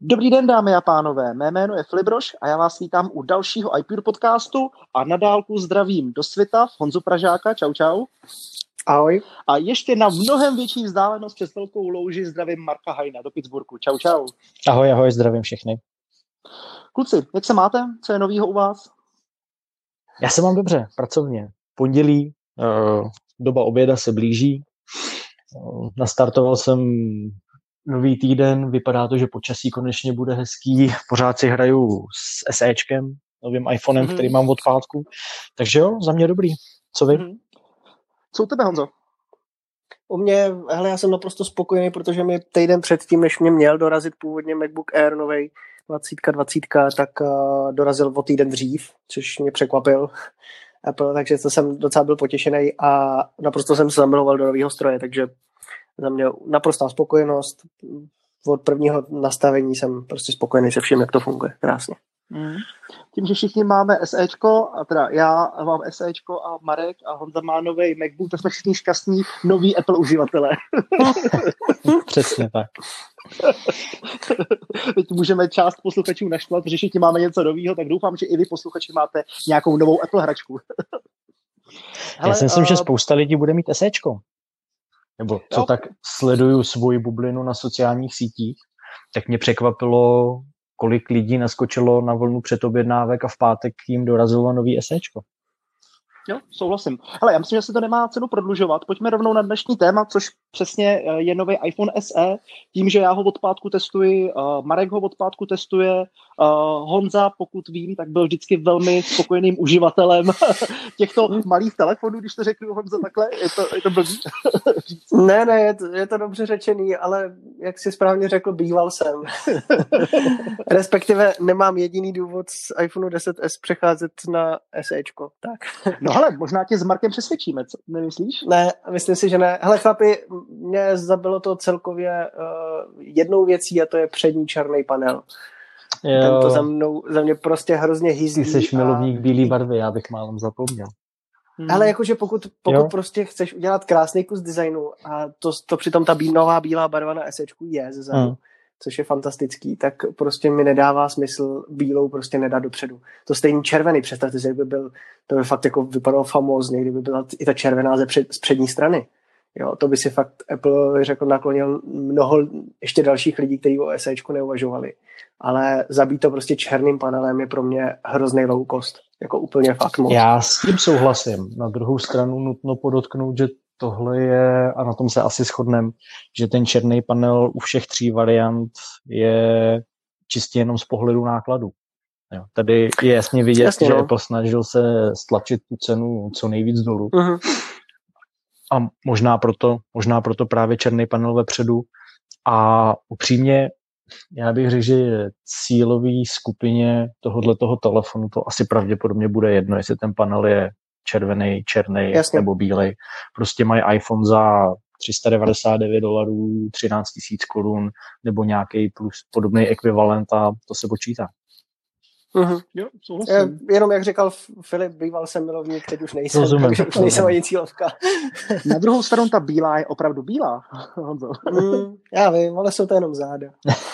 Dobrý den, dámy a pánové, mé jméno je Filip Brož a já vás vítám u dalšího iPure podcastu a na dálku zdravím do světa Honzu Pražáka, čau čau. Ahoj. A ještě na mnohem větší vzdálenost přes velkou louži zdravím Marka Hajna do Pittsburghu, čau čau. Ahoj, zdravím všechny. Kluci, jak se máte? Co je novýho u vás? Já se mám dobře, pracovně. Pondělí, doba oběda se blíží. Nastartoval jsem nový týden, vypadá to, že počasí konečně bude hezký. Pořád si hraju s SEčkem, novým iPhonem, který mám od pátku. Takže jo, za mě dobrý. Co vy? Co u tebe, Honzo? U mě, já jsem naprosto spokojený, protože mi týden předtím, než mě měl dorazit původně MacBook Air novej 20, tak dorazil o týden dřív, což mě překvapil Apple, takže to jsem docela byl potěšený a naprosto jsem se zamiloval do nového stroje, takže za mě naprostá spokojenost. Od prvního nastavení jsem prostě spokojený se vším, jak to funguje. Krásně. Tím, že všichni máme SEčko, a teda já mám SEčko a Marek a Honza má nový MacBook, tak jsme všichni šťastní noví Apple uživatelé. Přesně tak. Teď můžeme část posluchačů naštvat, protože všichni máme něco nového, tak doufám, že i vy posluchači máte nějakou novou Apple hračku. Já si myslím, že spousta lidí bude mít SEčko. Nebo co tak sleduju svoji bublinu na sociálních sítích, tak mě překvapilo, kolik lidí naskočilo na vlnu předobjednávek a v pátek jim dorazilo nový SEčko. Jo, souhlasím. Hele, já myslím, že se to nemá cenu prodlužovat. Pojďme rovnou na dnešní téma, což přesně je nový iPhone SE. Tím, že já ho od pátku testuji, Marek ho od pátku testuje, Honza, pokud vím, tak byl vždycky velmi spokojeným uživatelem těchto malých telefonů, když to řeknu, Honza, takhle. Je to blbý? Ne, je to dobře řečený, ale jak jsi správně řekl, býval jsem. Respektive nemám jediný důvod z iPhone 10s přecházet na SEčko. Tak. No hele, možná tě s Markem přesvědčíme, co? Nemyslíš? Ne, myslím si, že ne. Hele chlapi, mě zabilo to celkově jednou věcí a to je přední černý panel. Ten to za mě prostě hrozně hyzdí. Ty jsi milovník bílé barvy, já bych málem zapomněl. Ale jakože pokud prostě chceš udělat krásný kus designu a to přitom ta nová bílá barva na SEčku je zezadu, což je fantastický, tak prostě mi nedává smysl bílou prostě nedat dopředu. To stejný červený, představte si, to by fakt jako vypadalo famózně, kdyby byla i ta červená z přední strany. Jo, to by si fakt Apple řekl naklonil mnoho ještě dalších lidí, kteří o SEčku neuvažovali. Ale zabít to prostě černým panelem je pro mě hrozný low cost. Jako úplně fakt moc. Já s tím souhlasím. Na druhou stranu nutno podotknout, že tohle je, a na tom se asi shodneme, že ten černý panel u všech 3 variant je čistě jenom z pohledu nákladu. Jo, tady je jasně vidět, že Apple snažil se stlačit tu cenu co nejvíc dolů. A možná proto právě černý panel vepředu. A upřímně, já bych řekl, že cílový skupině tohoto telefonu to asi pravděpodobně bude jedno, jestli ten panel je červený, černý nebo bílej. Prostě mají iPhone za $399, 13 000 korun nebo nějaký plus podobný ekvivalent a to se počítá. Jo, jenom jak říkal Filip, býval jsem milovník, teď už nejsem, takže už nejsem ani cílovka. Na druhou stranu ta bílá je opravdu bílá. Já vím, ale jsou to jenom záda.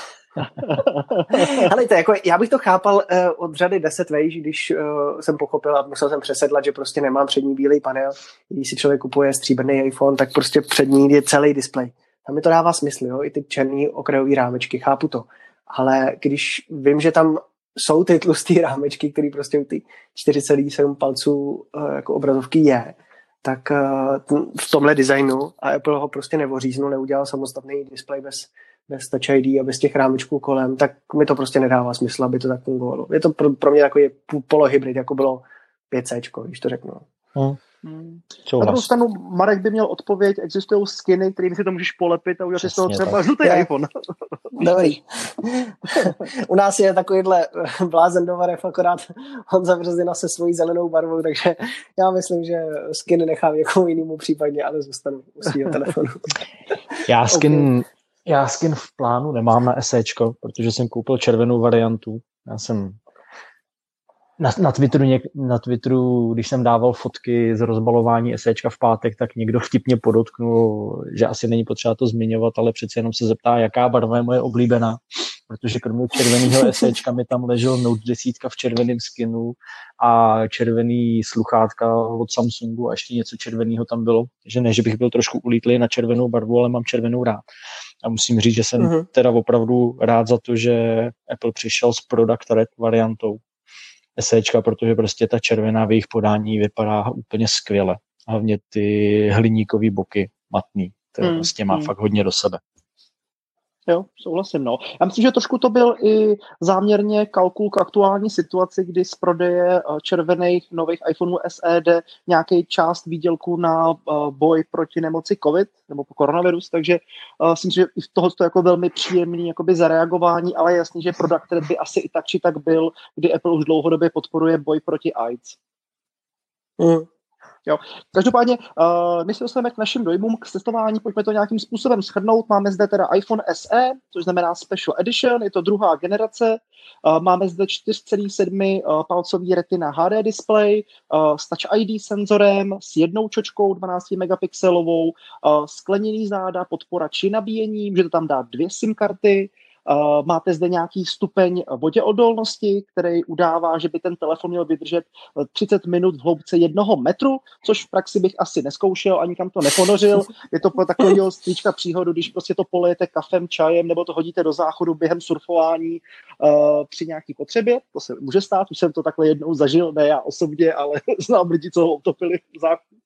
Helejte, jako já bych to chápal od řady 10 vejš, když jsem pochopil a musel jsem přesedlat, že prostě nemám přední bílej panel. Když si člověk kupuje stříbrný iPhone, tak prostě přední je celý displej. Tam mi to dává smysl, jo? I ty černý okrajový rámečky, chápu to. Ale když vím, že tam jsou ty tlustý rámečky, které prostě u ty 4,7 palců jako obrazovky je, tak v tomhle designu a Apple ho prostě nevoříznul, neudělal samostatný displej bez Touch ID a bez těch rámečků kolem, tak mi to prostě nedává smysl, aby to tak fungovalo. Je to pro mě takový polohybrid, jako bylo 5C, když to řeknu. Na druhou stranu Marek by měl odpověď, existují skiny, kterými si to můžeš polepit a udělat si z toho třeba žlutý iPhone. Dobrý. U nás je takovýhle blázen do barev, akorát Honza Březina se svojí zelenou barvou, takže já myslím, že skin nechám někomu jinému případně, ale zůstanu u svého telefonu. Já skin v plánu nemám na SEčko, protože jsem koupil červenou variantu. Já jsem na Twitteru, když jsem dával fotky z rozbalování SEčka v pátek, tak někdo vtipně podotknul, že asi není potřeba to zmiňovat, ale přece jenom se zeptá, jaká barva je moje oblíbená. protože kromě červeného SEčka mi tam ležel Note 10 v červeném skinu a červený sluchátka od Samsungu a ještě něco červeného tam bylo. Takže ne, že bych byl trošku ulítlý na červenou barvu, ale mám červenou rád. A musím říct, že jsem teda opravdu rád za to, že Apple přišel s Product Red variantou SEčka, protože prostě ta červená v jejich podání vypadá úplně skvěle. Hlavně ty hliníkový boky matný. To prostě má fakt hodně do sebe. Jo, souhlasím, no. Já myslím, že trošku to byl i záměrně kalkul k aktuální situaci, kdy z prodeje červených nových iPhoneů SE jde nějaký část výdělku na boj proti nemoci COVID nebo koronavirus, takže myslím, že i tohle je jako velmi příjemný jakoby zareagování, ale jasný, že produkt by asi i tak či tak byl, kdy Apple už dlouhodobě podporuje boj proti AIDS. Jo. Každopádně, my se dostaneme k našim dojmům, k testování, pojďme to nějakým způsobem shrnout. Máme zde teda iPhone SE, což znamená Special Edition, je to druhá generace. Máme zde 4,7 palcový Retina HD display s Touch ID senzorem, s jednou čočkou 12 megapixelovou, skleněný záda, podpora či nabíjení, můžete tam dát 2 SIM karty. Máte zde nějaký stupeň voděodolnosti, který udává, že by ten telefon měl vydržet 30 minut v hloubce 1 metru, což v praxi bych asi neskoušel, ani kam to neponořil. Je to takového stříčka příhodu, když prostě to polejete kafem, čajem, nebo to hodíte do záchodu během surfování při nějaký potřebě. To se může stát, už jsem to takhle jednou zažil, ne já osobně, ale znám lidi, co ho utopili v záchodu.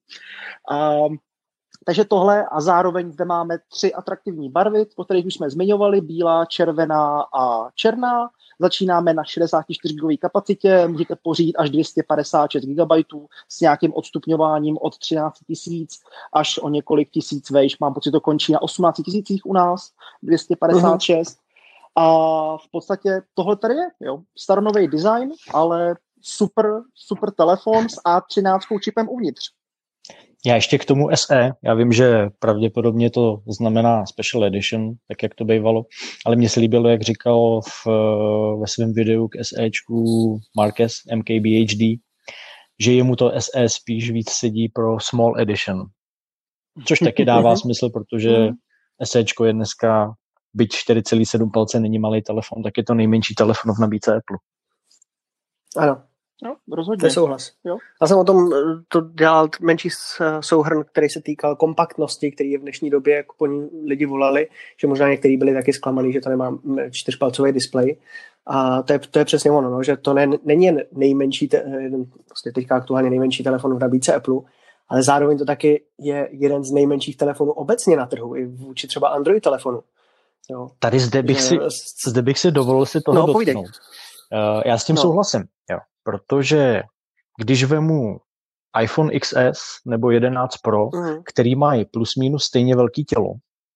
Takže tohle a zároveň zde máme 3 atraktivní barvy, o kterých už jsme zmiňovali, bílá, červená a černá. Začínáme na 64 GB kapacitě, můžete pořídit až 256 GB s nějakým odstupňováním od 13 000 až o několik tisíc vejš. Mám pocit, to končí na 18 000 u nás, 256. A v podstatě tohle tady je, jo, staronový design, ale super telefon s A13 čipem uvnitř. Já ještě k tomu SE, já vím, že pravděpodobně to znamená Special Edition, tak jak to bývalo, ale mně se líbilo, jak říkal ve svém videu k SEčku Marquez MKBHD, že jemu to SE spíš víc sedí pro Small Edition, což taky dává smysl, protože SEčko je dneska, byť 4,7 palce není malý telefon, tak je to nejmenší telefon v nabídce Apple. Ano. No, rozhodně. To je souhlas. Jo. Já jsem o tom to dělal menší souhrn, který se týkal kompaktnosti, který je v dnešní době, jako po ní lidi volali, že možná někteří byli taky zklamaný, že to nemá 4palcový displej. A to je přesně ono, no, že to není nejmenší, vlastně teďka aktuálně nejmenší telefon v nabídce Apple, ale zároveň to taky je jeden z nejmenších telefonů obecně na trhu, i vůči třeba Android telefonu. Jo. Tady zde bych si dovolil si toho dotknout. Já s tím souhlasím, jo. Protože když vemu iPhone XS nebo 11 Pro, který mají plus minus stejně velký tělo,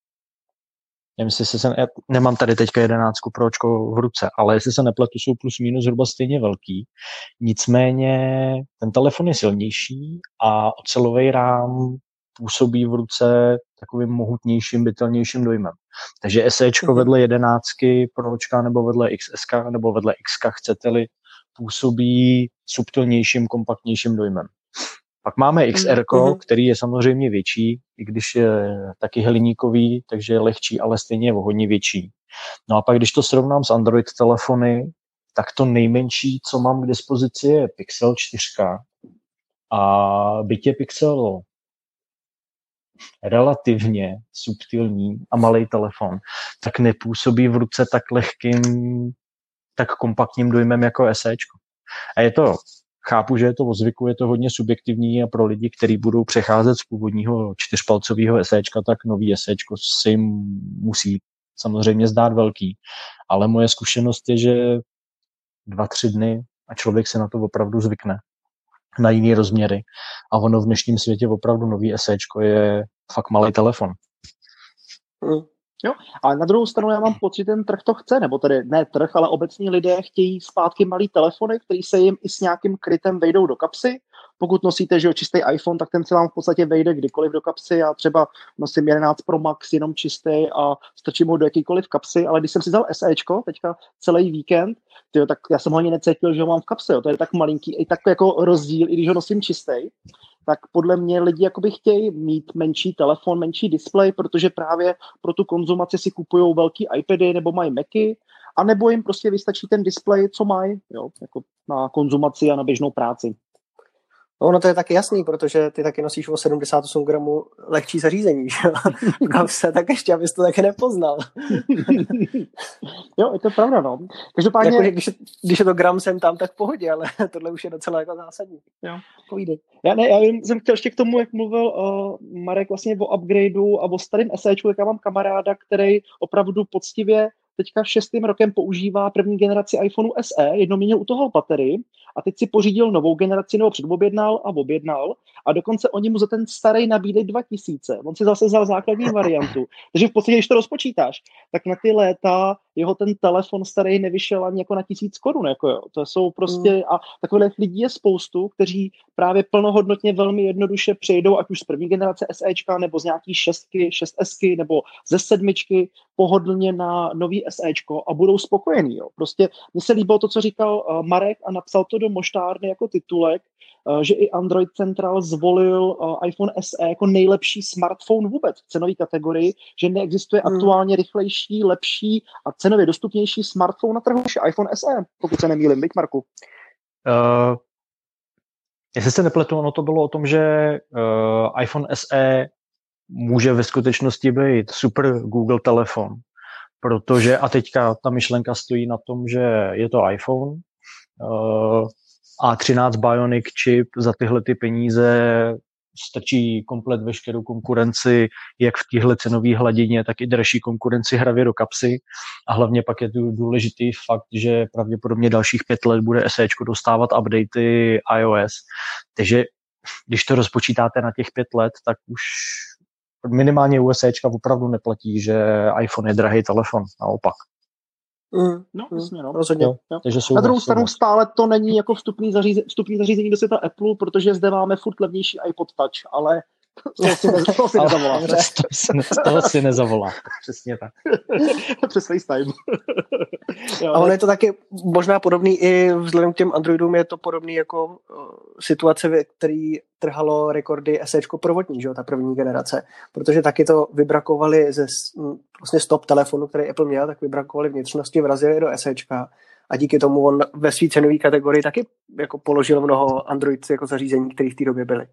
nevím, nemám tady teďka 11 Pročko v ruce, ale jestli se nepletu, jsou plus minus zhruba stejně velký. Nicméně ten telefon je silnější a ocelový rám působí v ruce takovým mohutnějším, bytelnějším dojmem. Takže SEčko vedle 11 Pročka nebo vedle XS nebo vedle X, chcete-li, působí subtilnějším, kompaktnějším dojmem. Pak máme XR, který je samozřejmě větší, i když je taky hliníkový, takže je lehčí, ale stejně je o hodně větší. No a pak, když to srovnám s Android telefony, tak to nejmenší, co mám k dispozici, je Pixel 4. A byť je Pixel relativně subtilní a malý telefon, tak nepůsobí v ruce tak lehkým, tak kompaktním dojmem jako SEčko. A chápu, že je to o zvyku, je to hodně subjektivní a pro lidi, kteří budou přecházet z původního 4palcového SEčka, tak nový SEčko si jim musí samozřejmě zdát velký. Ale moje zkušenost je, že 2-3 dny a člověk se na to opravdu zvykne na jiný rozměry. A ono v dnešním světě opravdu nový SEčko je fakt malý telefon. Jo, ale na druhou stranu já mám pocit, že ten trh to chce, nebo tedy ne trh, ale obecní lidé chtějí zpátky malý telefony, který se jim i s nějakým krytem vejdou do kapsy. Pokud nosíte, že jo, čistý iPhone, tak ten se vám v podstatě vejde kdykoliv do kapsy. Já třeba nosím 11 Pro Max jenom čistý a strčím ho do jakýkoliv kapsy, ale když jsem si vzal SEčko teďka celý víkend, tyjo, tak já jsem ho ani necítil, že ho mám v kapse. Jo. To je tak malinký, i tak jako rozdíl, i když ho nosím čistý. Tak podle mě lidi jakoby chtějí mít menší telefon, menší displej, protože právě pro tu konzumaci si kupují velký iPady nebo mají Macy a nebo jim prostě vystačí ten displej, co mají, jo, jako na konzumaci a na běžnou práci. No, to je taky jasný, protože ty taky nosíš o 78 gramů lehčí zařízení, že jo? V se tak ještě, abys to taky nepoznal. Jo, je to pravda, no. Každopádně... Jako, když je to gram sem tam, tak v pohodě, ale tohle už je docela jako zásadní. Jo. Povídej. Já jsem chtěl ještě k tomu, jak mluvil Marek vlastně o upgradeu a o starém SEčku, tak já mám kamaráda, který opravdu poctivě teďka 6. rokem používá první generaci iPhoneu SE, jednou měnil u toho baterii a teď si pořídil novou generaci, nebo předobjednal a dokonce oni mu za ten starý nabídli 2000. On si zase vzal základní variantu. Takže v podstatě, když to rozpočítáš, tak na ty léta jeho ten telefon starý nevyšel ani jako na 1000 korun. Jako jo. To jsou prostě, a takových lidí je spoustu, kteří právě plnohodnotně velmi jednoduše přejdou, ať už z první generace SEčka, nebo z nějaký 6S, nebo ze 7, pohodlně na nový SEčko a budou spokojení. Jo. Prostě mně se líbilo to, co říkal Marek a napsal to do moštárny jako titulek, že i Android Central zvolil iPhone SE jako nejlepší smartphone vůbec v cenové kategorii, že neexistuje aktuálně rychlejší, lepší a cenově dostupnější smartphone na trhu než iPhone SE, pokud se nemýlím, viď, Marku? Jestli se nepletu, ono to bylo o tom, že iPhone SE může ve skutečnosti být super Google telefon, protože, a teďka ta myšlenka stojí na tom, že je to iPhone, A13 Bionic chip za tyhle ty peníze strčí komplet veškerou konkurenci, jak v téhle cenové hladině, tak i dražší konkurenci hravě do kapsy. A hlavně pak je tu důležitý fakt, že pravděpodobně dalších 5 let bude SEčko dostávat updaty iOS. Takže když to rozpočítáte na těch 5 let, tak už minimálně u SEčka opravdu neplatí, že iPhone je drahý telefon, naopak. Jasně, no. Rozhodně. Jo. Na druhou stranu stále to není jako vstupní zařízení do světa Apple, protože zde máme furt levnější iPod Touch, ale toho si nezavolá. Toho si nezavolá, přesně tak. Přes FaceTime. Jo, a ono je to taky možná podobný i vzhledem k těm Androidům, je to podobný jako situace, ve který trhalo rekordy SEčko prvotní, že jo, ta první generace, protože taky to vybrakovali vlastně z top telefonu, který Apple měl, tak vybrakovali vnitřnosti, vrazili do SEčka a díky tomu on ve své cenové kategorii taky jako položil mnoho Android jako zařízení, které v té době byly.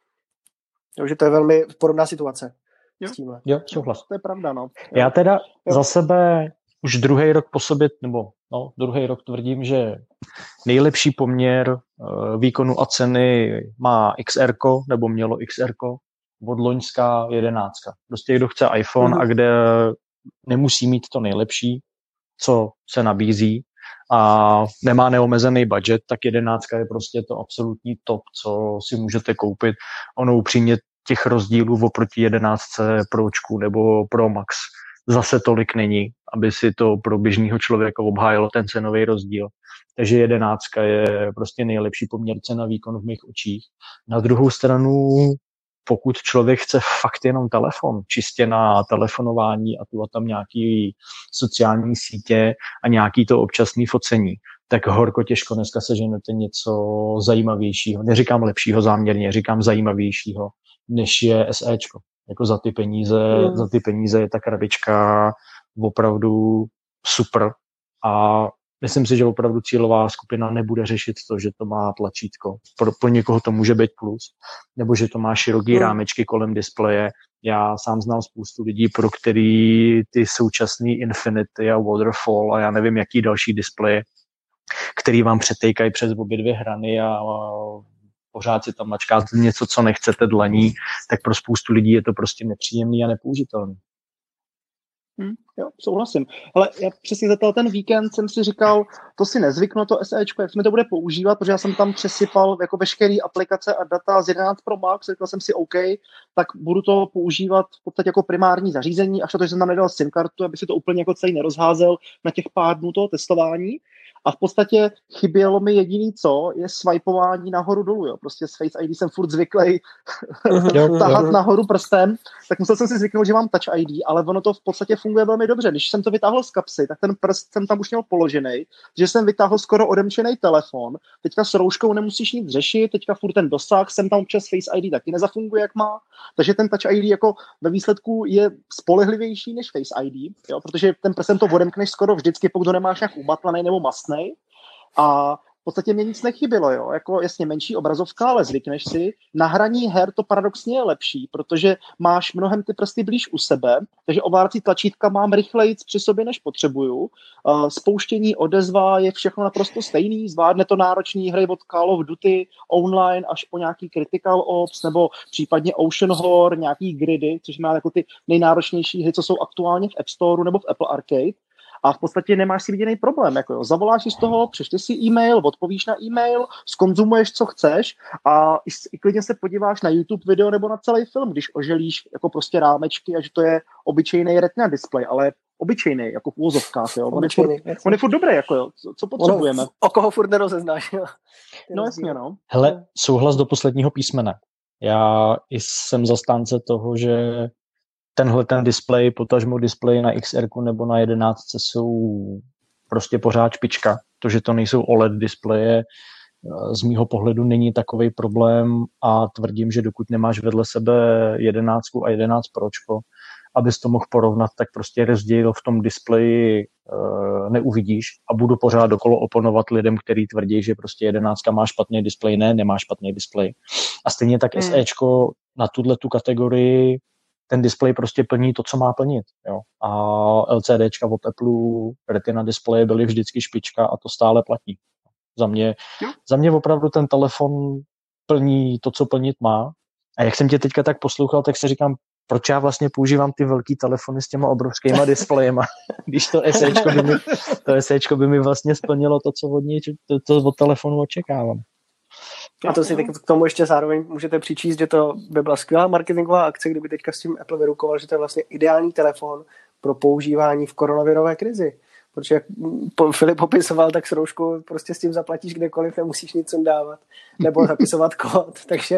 Takže to je velmi podobná situace s tímhle. Jo, souhlas. To je pravda, no. Já teda za sebe už druhý rok po sobě, druhý rok tvrdím, že nejlepší poměr výkonu a ceny má XR, nebo mělo XR, od loňská 11. Prostě kdo chce iPhone a kde nemusí mít to nejlepší, co se nabízí a nemá neomezený budget, tak 11 je prostě to absolutní top, co si můžete koupit. Ono upřímně těch rozdílů oproti 11 Pročku nebo Pro Max zase tolik není, aby si to pro běžného člověka obhájilo ten cenový rozdíl. Takže 11 je prostě nejlepší poměr cena výkon v mých očích. Na druhou stranu, pokud člověk chce fakt jenom telefon, čistě na telefonování a tu a tam nějaký sociální sítě a nějaký to občasný focení, tak horko těžko dneska seženete něco zajímavějšího. Neříkám lepšího záměrně, říkám zajímavějšího, než je SEčko. Jako za ty peníze je ta krabička opravdu super a myslím si, že opravdu cílová skupina nebude řešit to, že to má tlačítko. Pro někoho to může být plus, nebo že to má široký rámečky kolem displeje. Já sám znám spoustu lidí, pro který ty současný Infinity a Waterfall a já nevím, jaký další displeje, který vám přetejkají přes obě dvě hrany a pořád si tam mačkáte něco, co nechcete dlaní, tak pro spoustu lidí je to prostě nepříjemný a nepoužitelný. Jo, souhlasím. Ale já přesně za ten víkend jsem si říkal, to si nezvyknu, to SEčko, jak se mi to bude používat, protože já jsem tam přesypal jako veškeré aplikace a data z 11 Pro Max, řekl jsem si OK, tak budu to používat v podstatě jako primární zařízení, až to, že jsem tam nedal SIM kartu, aby si to úplně jako celý nerozházel na těch pár dnů toho testování. A v podstatě chybělo mi jediný co, je swipeování nahoru dolů, jo. Prostě s Face ID jsem furt zvyklý tahat nahoru prstem, tak musel jsem si zvyknout, že mám Touch ID, ale ono to v podstatě funguje velmi dobře. Když jsem to vytáhl z kapsy, tak ten prst jsem tam už měl položený, že jsem vytáhl skoro odemčený telefon, teďka s rouškou nemusíš nic řešit, teďka furt ten dosah, jsem tam občas Face ID taky nezafunguje, jak má, takže ten Touch ID jako ve výsledku je spolehlivější než Face ID, jo, protože ten prstem to odemkneš skoro vždycky, pokud to nemáš nějak umatlaný nebo mastnej. A v podstatě mě nic nechybilo, jo. Jako jasně menší obrazovka, ale zvykneš si. Na hraní her to paradoxně je lepší, protože máš mnohem ty prsty blíž u sebe, takže ovládací tlačítka mám rychleji při sobě, než potřebuju. Spouštění, odezva je všechno naprosto stejný, zvládne to náročný hry od Call of Duty online až po nějaký Critical Ops nebo případně Ocean Horror, nějaký gridy, což má jako ty nejnáročnější hry, co jsou aktuálně v App Store nebo v Apple Arcade. A v podstatě nemáš si viděný problém. Jako jo. Zavoláš si z toho, přečteš si e-mail, odpovíš na e-mail, zkonzumuješ, co chceš a i klidně se podíváš na YouTube video nebo na celý film, když oželíš jako prostě rámečky a že to je obyčejný retina display, ale obyčejný, jako v úvozovkách. Jo. On je furt dobrý, jako jo. Co potřebujeme? O koho furt nerozeznáš, jo. No jasně, no. Hele, souhlas do posledního písmene. Já jsem zastánce toho, že tenhle ten displej, potažmo displej na XR nebo na 11 jsou prostě pořád špička. To, že to nejsou OLED displeje, z mýho pohledu není takovej problém a tvrdím, že dokud nemáš vedle sebe 11 a 11 Pročko, abys to mohl porovnat, tak prostě rozdíl v tom displeji neuvidíš a budu pořád okolo oponovat lidem, kteří tvrdí, že prostě 11 má špatný displej. Ne, nemá špatný displej. A stejně tak SEčko na tu kategorii ten displej prostě plní to, co má plnit. Jo. A LCDčka od Apple, Retina displeje byly vždycky špička a to stále platí. Za mě opravdu ten telefon plní to, co plnit má. A jak jsem tě teďka tak poslouchal, tak si říkám, proč já vlastně používám ty velký telefony s těma obrovskýma displejema, když to SEčko by mi vlastně splnilo to, co od něj, to od telefonu očekávám. A to si tak k tomu ještě zároveň můžete přičíst, že to by byla skvělá marketingová akce, kdyby teďka s tím Apple vyrukoval, že to je vlastně ideální telefon pro používání v koronavirové krizi. Protože jak Filip popisoval, tak s rouškou prostě s tím zaplatíš kdekoliv, nemusíš nic dávat. Nebo zapisovat kód, takže...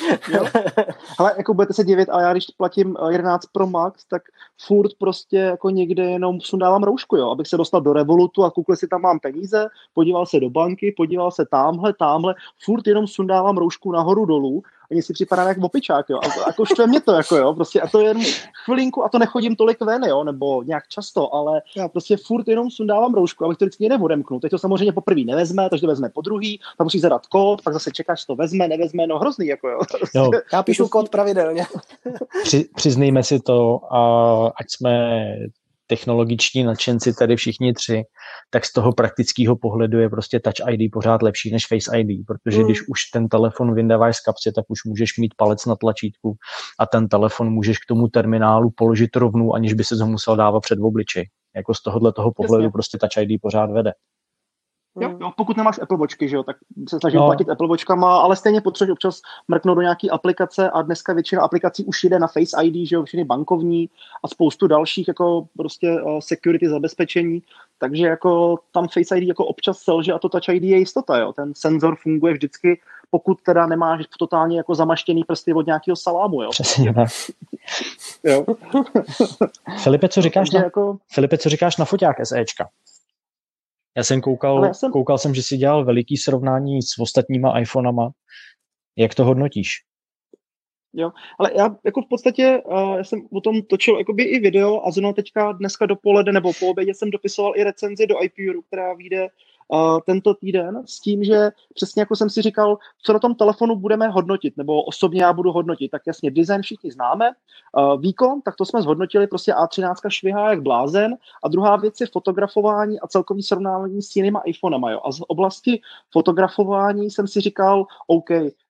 Ale jako budete se divit, ale já když platím 11 Pro Max, tak furt prostě jako někde jenom sundávám roušku, jo, abych se dostal do Revolutu a koukl si tam mám peníze, podíval se do banky, podíval se tamhle, furt jenom sundávám roušku nahoru dolů, ani si připadám jak opičák, jo, a jako štve mě to, jako jo, prostě a to je jen chvilinku a to nechodím tolik ven, jo, nebo nějak často, ale já prostě furt jenom sundávám roušku, abych to vždycky někde odemknu. Teď to samozřejmě poprvé nevezme, takže to vezme po druhý, tam musíš zadat kód, pak zase čekáš, to vezme, nevezme, no hrozný, jako jo. No, já píšu kód pravidelně. Přiznejme si to, ať jsme technologiční nadšenci tady všichni tři, tak z toho praktického pohledu je prostě Touch ID pořád lepší než Face ID, protože když už ten telefon vyndáváš z kapsy, tak už můžeš mít palec na tlačítku a ten telefon můžeš k tomu terminálu položit rovnou, aniž by se ho musel dávat před obličej. Jako z tohoto pohledu prostě Touch ID pořád vede. Jo, pokud nemáš Apple Watchky, že jo, tak se snažím platit Apple Watchkama, ale stejně potřebuješ občas mrknout do nějaký aplikace a dneska většina aplikací už jde na Face ID, že jo, všechny bankovní a spoustu dalších jako prostě security zabezpečení, takže jako tam Face ID jako občas selže a to Touch ID je jistota, jo, ten senzor funguje vždycky, pokud teda nemáš totálně jako zamaštěný prsty od nějakého salámu, jo. Přesně tak. Jo. Filipe, co říkáš na foťák SEčka? Já jsem koukal jsem, že jsi dělal veliký srovnání s ostatníma iPhonama. Jak to hodnotíš? Jo, ale já jako v podstatě, já jsem o tom točil jakoby i video a zrovna teďka dneska dopoledne nebo po obědě jsem dopisoval i recenzi do iPuru, která vyjde tento týden s tím, že přesně jako jsem si říkal, co na tom telefonu budeme hodnotit, nebo osobně já budu hodnotit. Tak jasně, design všichni známe, výkon, tak to jsme zhodnotili, prostě A13 švihá jak blázen a druhá věc je fotografování a celkový srovnávání s jinýma iPhonema. Jo. A z oblasti fotografování jsem si říkal, OK,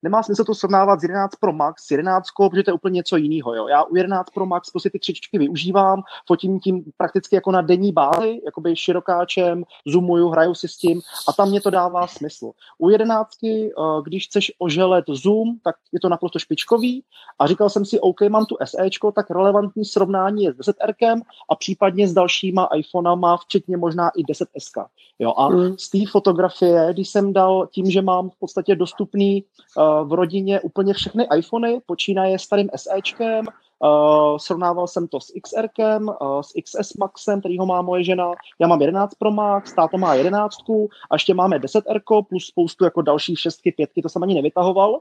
nemá smysl to srovnávat s 11 Pro Max, s 11, protože to je úplně něco jiného. Jo. Já u 11 Pro Max prostě ty křičky využívám, fotím tím prakticky jako na denní bázi, jakoby širokáčem, zoomuju, hraju si s tím a tam mě to dává smysl. U 11, když chceš oželet zoom, tak je to naprosto špičkový a říkal jsem si, OK, mám tu SEčko, tak relevantní srovnání je s 10R a případně s dalšíma iPhonama, včetně možná i 10S. Jo, a z té fotografie, když jsem dal tím, že mám v podstatě dostupný v rodině úplně všechny iPhony, počínaje starým SEčkem, srovnával jsem to s XRkem, s XS Maxem, kterýho má moje žena. Já mám 11 Pro Max, táta má 11 a ještě máme 10R plus spoustu jako dalších 6, 5, to jsem ani nevytahoval.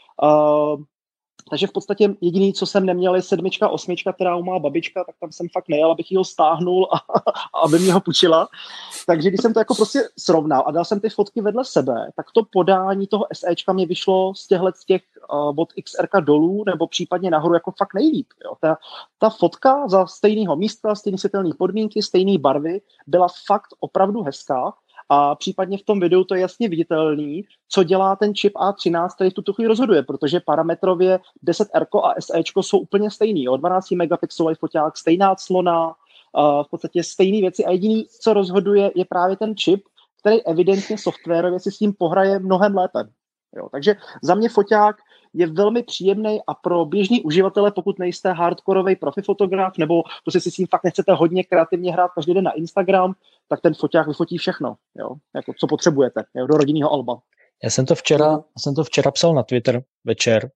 Takže v podstatě jediný, co jsem neměl, je 7, 8, která má babička, tak tam jsem fakt nejel, abych ji ho stáhnul a aby mě ho půjčila. Takže když jsem to jako prostě srovnal a dal jsem ty fotky vedle sebe, tak to podání toho SEčka mě vyšlo z těch od XR dolů nebo případně nahoru jako fakt nejlíp. Jo. Ta fotka za stejného místa, stejné světelné podmínky, stejné barvy byla fakt opravdu hezká. A případně v tom videu to je jasně viditelný, co dělá ten čip A13, který v tuto chvíli rozhoduje, protože parametrově 10R a SEčko jsou úplně stejný. Jo. 12 megapixelový foťák, stejná clona, v podstatě stejné věci a jediný, co rozhoduje, je právě ten čip, který evidentně softwarově si s tím pohraje mnohem lépe. Jo. Takže za mě foťák je velmi příjemný a pro běžný uživatele, pokud nejste hardkorový profi fotograf, nebo prostě si s tím fakt nechcete hodně kreativně hrát každý den na Instagram, tak ten foťák vyfotí všechno, jo? Jako, co potřebujete, jo? Do rodinného alba. Já jsem to včera psal na Twitter večer.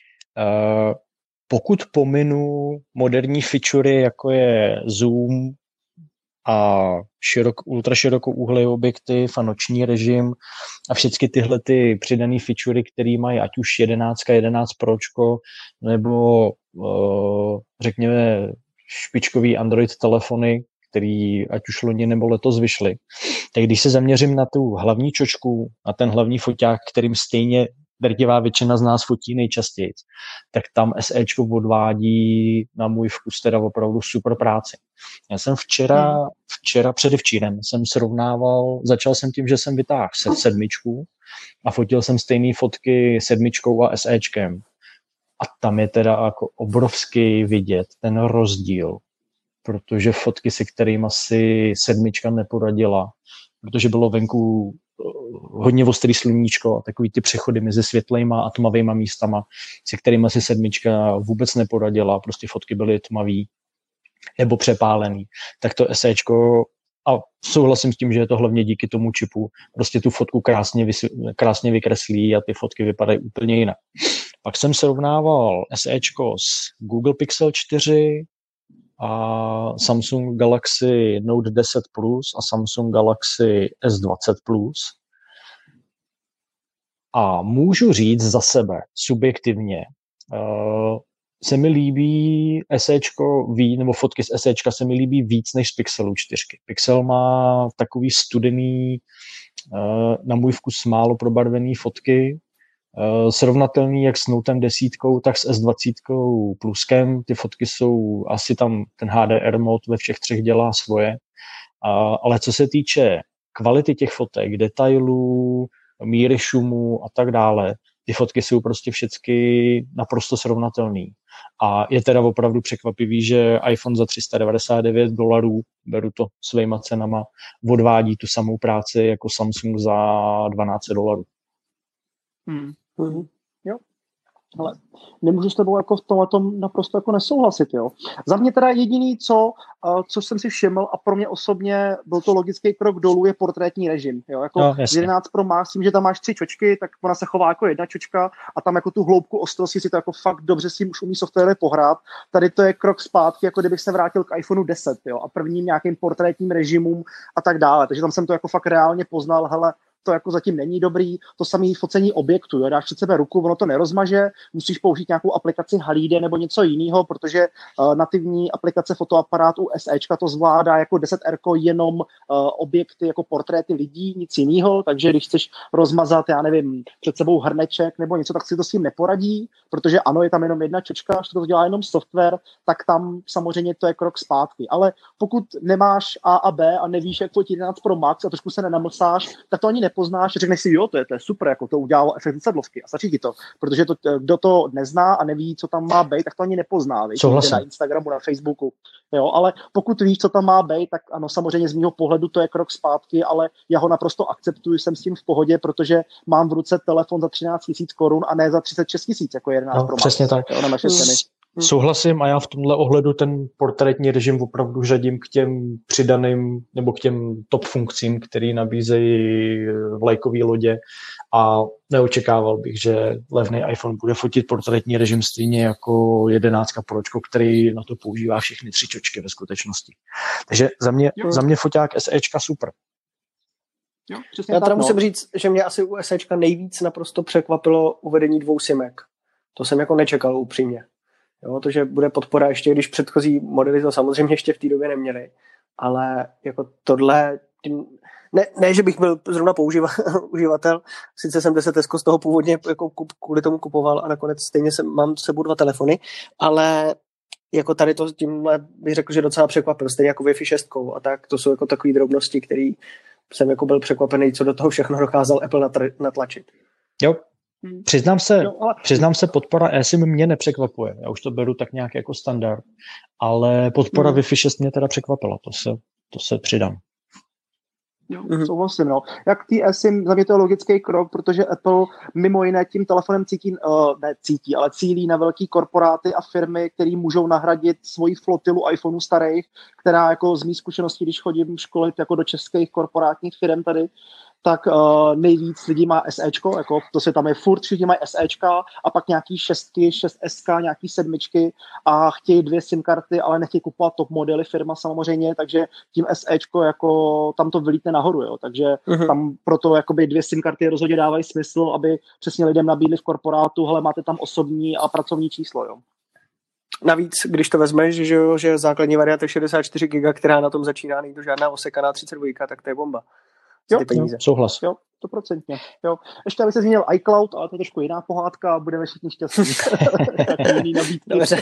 Pokud pominu moderní featurey, jako je zoom a ultraširokouhlý objektiv a noční režim a všechny tyhle ty přidané featurey, které mají ať už 11 Pročko, nebo řekněme špičkový Android telefony, který ať už loni nebo letos vyšly. Tak když se zaměřím na tu hlavní čočku, na ten hlavní foťák, kterým stejně drtivá většina z nás fotí nejčastěji, tak tam SEčko odvádí na můj vkus teda opravdu super práci. Já jsem včera předevčírem jsem srovnával, začal jsem tím, že jsem vytáhl 7 a fotil jsem stejné fotky 7 a SEčkem. A tam je teda jako obrovský vidět ten rozdíl, protože fotky, se kterými si 7 neporadila, protože bylo venku hodně ostrý sluníčko a takový ty přechody mezi světlejma a tmavejma místama, se kterými si 7 vůbec neporadila, prostě fotky byly tmavý nebo přepálený, tak to SEčko, a souhlasím s tím, že je to hlavně díky tomu čipu, prostě tu fotku krásně vykreslí a ty fotky vypadají úplně jinak. Pak jsem srovnával SEčko s Google Pixel 4 a Samsung Galaxy Note 10 Plus a Samsung Galaxy S20 Plus. A můžu říct za sebe, subjektivně, se mi líbí SEčko nebo fotky z SEčka se mi líbí víc než z Pixelu 4. Pixel má takový studený, na můj vkus málo probarvený fotky, srovnatelný jak s Notem 10, tak s S20 Pluskem. Ty fotky jsou, asi tam ten HDR mod ve všech 3 dělá svoje. Ale co se týče kvality těch fotek, detailů, míry šumu a tak dále, ty fotky jsou prostě všechny naprosto srovnatelný. A je teda opravdu překvapivý, že iPhone za $399, beru to svýma cenama, odvádí tu samou práci jako Samsung za $1200. Jo. Ale nemůžu s tebou jako v tomhletom naprosto jako nesouhlasit, jo. Za mě teda jediný, co jsem si všiml a pro mě osobně byl to logický krok dolů, je portrétní režim, jo. Jako 11 Pro Max, tím, že tam máš 3 čočky, tak ona se chová jako jedna čočka a tam jako tu hloubku ostrosti si to jako fakt dobře s tím už umí software pohrát. Tady to je krok zpátky, jako kdybych se vrátil k iPhoneu 10, jo, a prvním nějakým portrétním režimům a tak dále. Takže tam jsem to jako fakt reálně poznal, hele, to jako zatím není dobrý, to samé focení objektu, jo? Dáš před sebe ruku, ono to nerozmaže, musíš použít nějakou aplikaci Halide nebo něco jiného, protože nativní aplikace fotoaparát u SEčka to zvládá jako 10R jenom objekty, jako portréty lidí, nic jiného, takže když chceš rozmazat, já nevím, před sebou hrneček nebo něco, tak si to s tím neporadí, protože ano, je tam jenom jedna čočka, že to dělá jenom software, tak tam samozřejmě to je krok zpátky. Ale pokud nemáš A a B a nevíš, jak fotit 11 Pro Max a trošku se nenamlsáš, tak to ani nepoznáš, řekneš si, jo, to je super, jako to udělalo efekt zrcadlovky a stačí ti to, protože to, kdo to nezná a neví, co tam má být, tak to ani nepozná, víš, na Instagramu, na Facebooku, jo, ale pokud víš, co tam má být, tak ano, samozřejmě z mýho pohledu to je krok zpátky, ale já ho naprosto akceptuji, jsem s tím v pohodě, protože mám v ruce telefon za 13 000 korun a ne za 36 000, jako 11 Pro Max. Přesně tak. Jo, na naše ceny. Souhlasím a já v tomhle ohledu ten portrétní režim opravdu řadím k těm přidaným nebo k těm top funkcím, který nabízejí vlajkové lodě a neočekával bych, že levný iPhone bude fotit portrétní režim stejně jako 11 Pročko, který na to používá všechny 3 čočky ve skutečnosti. Takže za mě foťák SEčka super. Jo, já teda musím říct, že mě asi u SEčka nejvíc naprosto překvapilo uvedení 2 simek. To jsem jako nečekal upřímně. Jo, to, že bude podpora ještě, když předchozí modely to samozřejmě ještě v té době neměly, ale jako tohle, ne, že bych byl zrovna uživatel, sice jsem 10 z toho původně jako kvůli tomu kupoval a nakonec stejně mám s sebou 2 telefony, ale jako tady to tímhle bych řekl, že docela překvapil, stejně jako Wi-Fi 6 a tak, to jsou jako takové drobnosti, které jsem jako byl překvapený, co do toho všechno dokázal Apple natlačit. Jo. Přiznám se, podpora eSIM mě nepřekvapuje. Já už to beru tak nějak jako standard, ale podpora Wi-Fi 6 mě teda překvapila. To se přidám. Jo, souhlasím, no. Jak ty eSIM, za mě to je logický krok, protože Apple mimo jiné tím telefonem ale cílí na velký korporáty a firmy, které můžou nahradit svoji flotilu iPhoneů starých, která jako z mých zkušeností, když chodím školit jako do českých korporátních firm tady, tak nejvíc lidí má SEčko, jako to se tam je furt, všichni mají SEčka a pak nějaký 6S, nějaký 7 a chtějí 2 SIM karty, ale nechtějí kupovat top modely firma samozřejmě, takže tím SEčko jako tam to vylítne nahoru, jo, takže tam proto jakoby 2 SIM karty rozhodně dávají smysl, aby přesně lidem nabídli v korporátu, hele, máte tam osobní a pracovní číslo, jo. Navíc, když to vezmeš, že základní varianta je 64 GB, která na tom začíná, není to žádná osekaná 32, tak to je bomba. Jo, souhlas. Jo, 100%. Jo. Ještě aby se změnil iCloud, ale to je trošku jiná pohádka a budeme všichni šťastní. Dobře.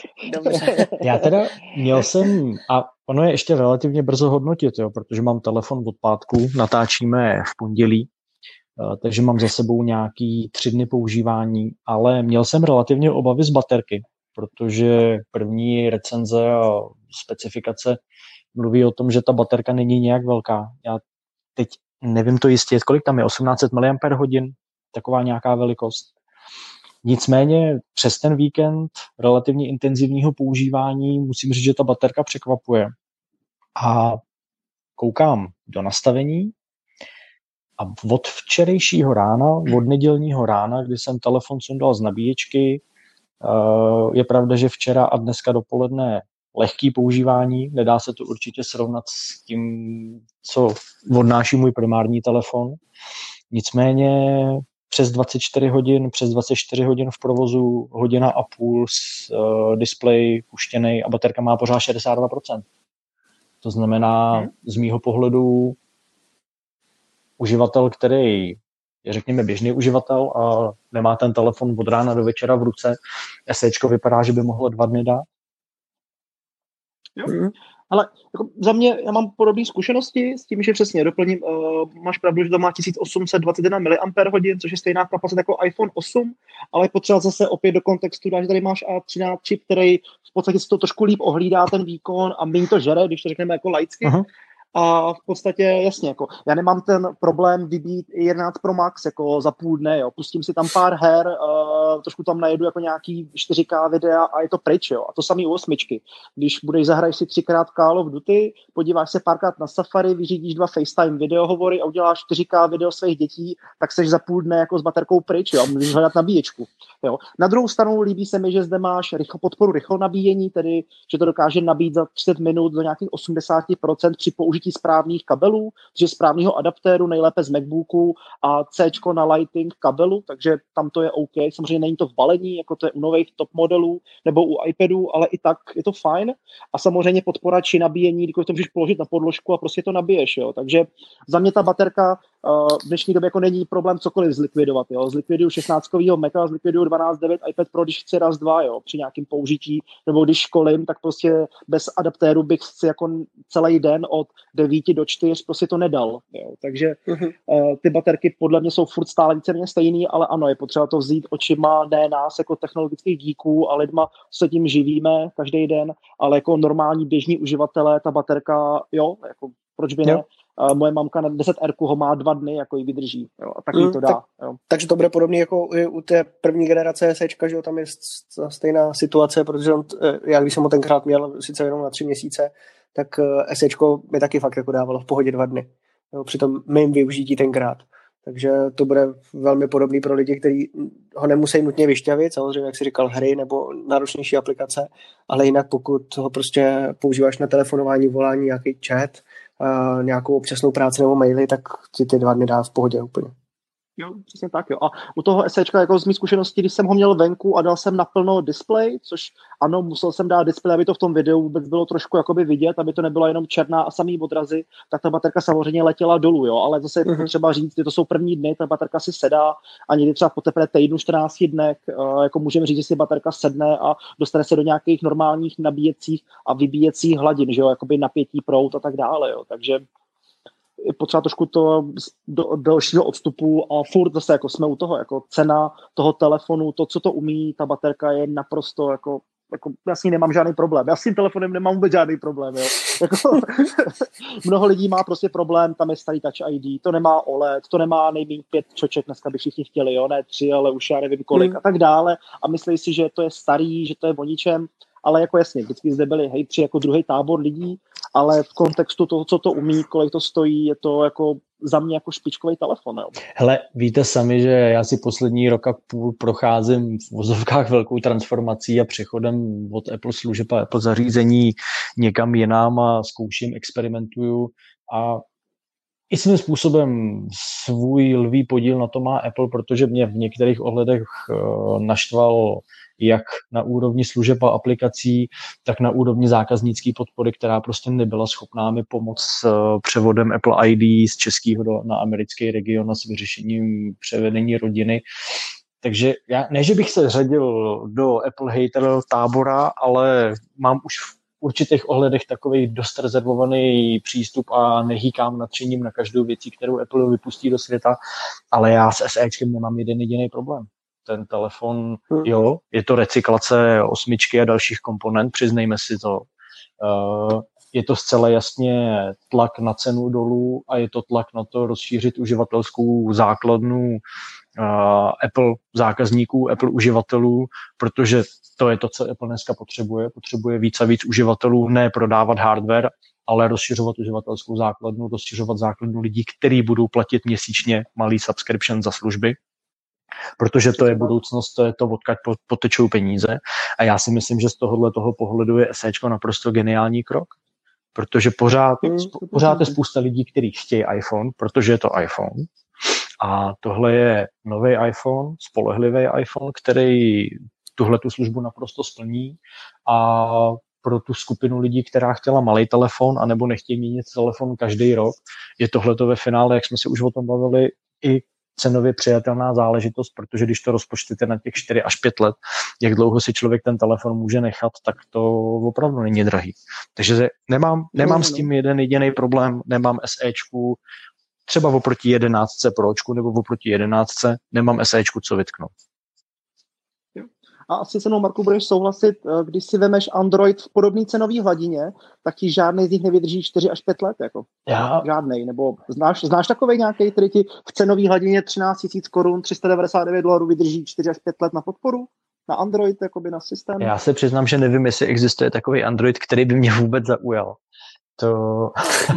Já teda měl jsem, a ono je ještě relativně brzo hodnotit, jo, protože mám telefon od pátku, natáčíme v pondělí, takže mám za sebou nějaký 3 dny používání, ale měl jsem relativně obavy z baterky, protože první recenze a specifikace mluví o tom, že ta baterka není nějak velká. Já teď nevím to jistě, kolik tam je, 1800 mAh, taková nějaká velikost. Nicméně přes ten víkend relativně intenzivního používání musím říct, že ta baterka překvapuje. A koukám do nastavení a od včerejšího rána, od nedělního rána, kdy jsem telefon sundal z nabíječky, je pravda, že včera a dneska dopoledne lehký používání, nedá se to určitě srovnat s tím, co odnáší můj primární telefon. Nicméně přes 24 hodin v provozu, 1,5 hodiny displej puštěnej a baterka má pořád 62%. To znamená, z mýho pohledu uživatel, který je, řekněme, běžný uživatel a nemá ten telefon od rána do večera v ruce, SEčko vypadá, že by mohlo 2 dny dát. Jo. Ale jako za mě, já mám podobné zkušenosti s tím, že přesně doplním, máš pravdu, že to má 1821 mAh, což je stejná kapacita jako iPhone 8, ale potřeba zase opět do kontextu dát, že tady máš A13 čip, který v podstatě si to trošku líp ohlídá ten výkon a méně to žere, když to řekneme jako laicky. A v podstatě, jasně, jako, já nemám ten problém vybít 11 Pro Max jako za půl dne, jo. Pustím si tam pár her, trošku tam najedu jako nějaký 4K videa a je to pryč, jo. A to samý u 8. Když budeš zahraješ si 3x Call of Duty, podíváš se párkrát na Safari, vyřídíš 2 FaceTime videohovory a uděláš 4K video svých dětí, tak seš za půl dne jako s baterkou pryč, jo. Můžeš hledat nabíječku, jo. Na druhou stranu líbí se mi, že zde máš podporu rychlo nabíjení, tedy že to dokáže nabít za 30 minut do nějakých 80% při použití správných kabelů, takže správného adaptéru, nejlépe z MacBooku a C na Lightning kabelu, takže tam to je OK. Samozřejmě není to v balení, jako to je u nových top modelů nebo u iPadů, ale i tak je to fajn. A samozřejmě podpora či nabíjení, když to můžeš položit na podložku a prostě to nabiješ. Jo. Takže za mě ta baterka v dnešní době jako není problém cokoliv zlikvidovat. Jo? Zlikviduju 16kovýho Maca, zlikviduju 12.9 iPad Pro, když chci raz, dva, jo? Při nějakém použití, nebo když školím, tak prostě bez adaptéru bych si jako celý den od 9 do 4 prostě to nedal. Jo? Takže ty baterky podle mě jsou furt stále víceméně stejný, ale ano, je potřeba to vzít očima, ne nás jako technologických díků a lidma se tím živíme každý den, ale jako normální běžní uživatelé, ta baterka, jo, jako proč by ne? Moje mamka na 10R ho má 2 dny, jako ji vydrží. Jo, a tak jí to dá. Jo. Takže to bude podobně jako u té první generace SEčka, že jo, tam je stejná situace, protože já když jsem ho tenkrát měl sice jenom na 3 měsíce, tak SEčko mi taky fakt jako dávalo v pohodě 2 dny. Jo, při tom mým využití tenkrát. Takže to bude velmi podobný pro lidi, kteří ho nemusí nutně vyšťavit, samozřejmě, jak jsi říkal, hry nebo náročnější aplikace, ale jinak pokud ho prostě používáš na telefonování, volání, nějaký chat, nějakou občasnou práci nebo maily, tak ti ty 2 dny dá v pohodě úplně. Jo, přesně tak, jo. A u toho SEčka, jako z mých zkušeností, když jsem ho měl venku a dal jsem naplno display, což ano, musel jsem dát display, aby to v tom videu vůbec bylo trošku jakoby vidět, aby to nebyla jenom černá a samý odrazy, tak ta baterka samozřejmě letěla dolů, jo, ale zase je potřeba říct, že to jsou první dny, ta baterka si sedá a někdy třeba po teprve týdnu, 14 dnech, jako můžeme říct, že si baterka sedne a dostane se do nějakých normálních nabíjecích a vybíjecích hladin, že jo, jakoby napětí, proud a tak dále, jo, takže je potřeba trošku to do dalšího odstupu a furt zase jako jsme u toho, jako cena toho telefonu, to, co to umí, ta baterka je naprosto jako já s ní nemám žádný problém. Já s tím telefonem nemám vůbec žádný problém. Jo. Jako, mnoho lidí má prostě problém, tam je starý Touch ID, to nemá OLED, to nemá nejméně 5 čoček, dneska by všichni chtěli, jo, ne 3, ale už já nevím kolik a tak dále a myslí si, že to je starý, že to je o ničem, ale jako jasně, vždycky zde byli hejtři jako druhý tábor lidí, ale v kontextu toho, co to umí, kolik to stojí, je to jako za mě jako špičkový telefon. Jo. Hele, víte sami, že já si poslední rok a půl procházím v vozovkách velkou transformací a přechodem od Apple služeb a Apple zařízení někam jinam a zkouším, experimentuju a i svým způsobem svůj lví podíl na to má Apple, protože mě v některých ohledech naštval jak na úrovni služeb a aplikací, tak na úrovni zákaznické podpory, která prostě nebyla schopná mi pomoct s převodem Apple ID z českého na americký region a s vyřešením převedení rodiny. Takže já, ne, že bych se řadil do Apple hater tábora, ale mám už v určitých ohledech takový dost rezervovaný přístup a nehýkám nadšením na každou věcí, kterou Apple vypustí do světa, ale já s SEčkem nemám jeden jediný problém. Ten telefon, jo, je to recyklace 8 a dalších komponent, přiznejme si to. Je to zcela jasně tlak na cenu dolů a je to tlak na to rozšířit uživatelskou základnu Apple zákazníků, Apple uživatelů, protože to je to, co Apple dneska potřebuje. Potřebuje víc a víc uživatelů, ne prodávat hardware, ale rozšiřovat uživatelskou základnu, rozšiřovat základnu lidí, kteří budou platit měsíčně malý subscription za služby, protože to je budoucnost, to je to, odkud potečou peníze. A já si myslím, že z tohoto pohledu je SEčko naprosto geniální krok, protože pořád je spousta lidí, kteří chtějí iPhone, protože je to iPhone. A tohle je nový iPhone, spolehlivý iPhone, který tuhletu službu naprosto splní a pro tu skupinu lidí, která chtěla malý telefon anebo nechtějí měnit telefon každý rok, je tohleto ve finále, jak jsme se už o tom bavili, i cenově přijatelná záležitost, protože když to rozpočtete na těch 4 až 5 let, jak dlouho si člověk ten telefon může nechat, tak to opravdu není drahý. Takže nemám s tím jeden jediný problém, nemám SEčku, třeba oproti 11 Pročku nebo oproti 11 nemám SEčku co vytknout. A asi se mnou, Marku, budeš souhlasit, když si vemeš Android v podobné cenové hladině, tak ti žádný z nich nevydrží 4 až 5 let. Jako. Žádnej. Nebo znáš takovej nějaký, který ti v cenové hladině 13 000 korun, $399 vydrží 4 až 5 let na podporu? Na Android, jakoby na systém? Já se přiznám, že nevím, jestli existuje takový Android, který by mě vůbec zaujal. To...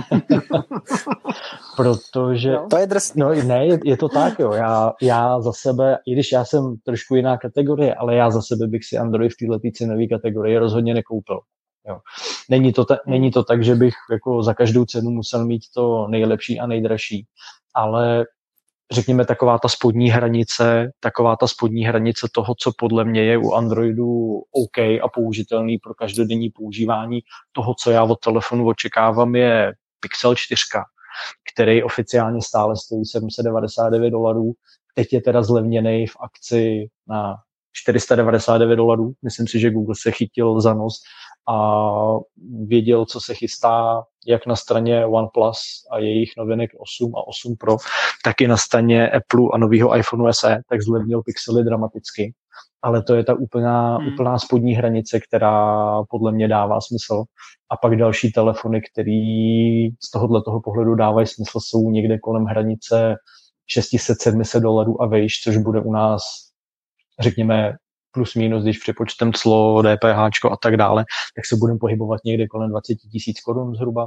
Protože... To je drsný. No ne, je to tak, jo. Já za sebe, i když já jsem trošku jiná kategorie, ale já za sebe bych si Android v této cenové kategorii rozhodně nekoupil. Jo. Není to tak, že bych jako za každou cenu musel mít to nejlepší a nejdražší, ale řekněme taková ta spodní hranice toho, co podle mě je u Androidu OK a použitelný pro každodenní používání toho, co já od telefonu očekávám, je Pixel 4, který oficiálně stále stojí $799. Teď je teda zlevněný v akci na $499. Myslím si, že Google se chytil za nos a věděl, co se chystá jak na straně OnePlus a jejich novinek 8 a 8 Pro, tak i na straně Apple a nového iPhoneu SE, tak zlevnil pixely dramaticky. Ale to je ta úplná spodní hranice, která podle mě dává smysl. A pak další telefony, které z tohoto pohledu dávají smysl, jsou někde kolem hranice $600-700 a vejš, což bude u nás, řekněme, plus minus, když přepočtem clo, DPH a tak dále, tak se budeme pohybovat někde kolem 20 000 korun zhruba.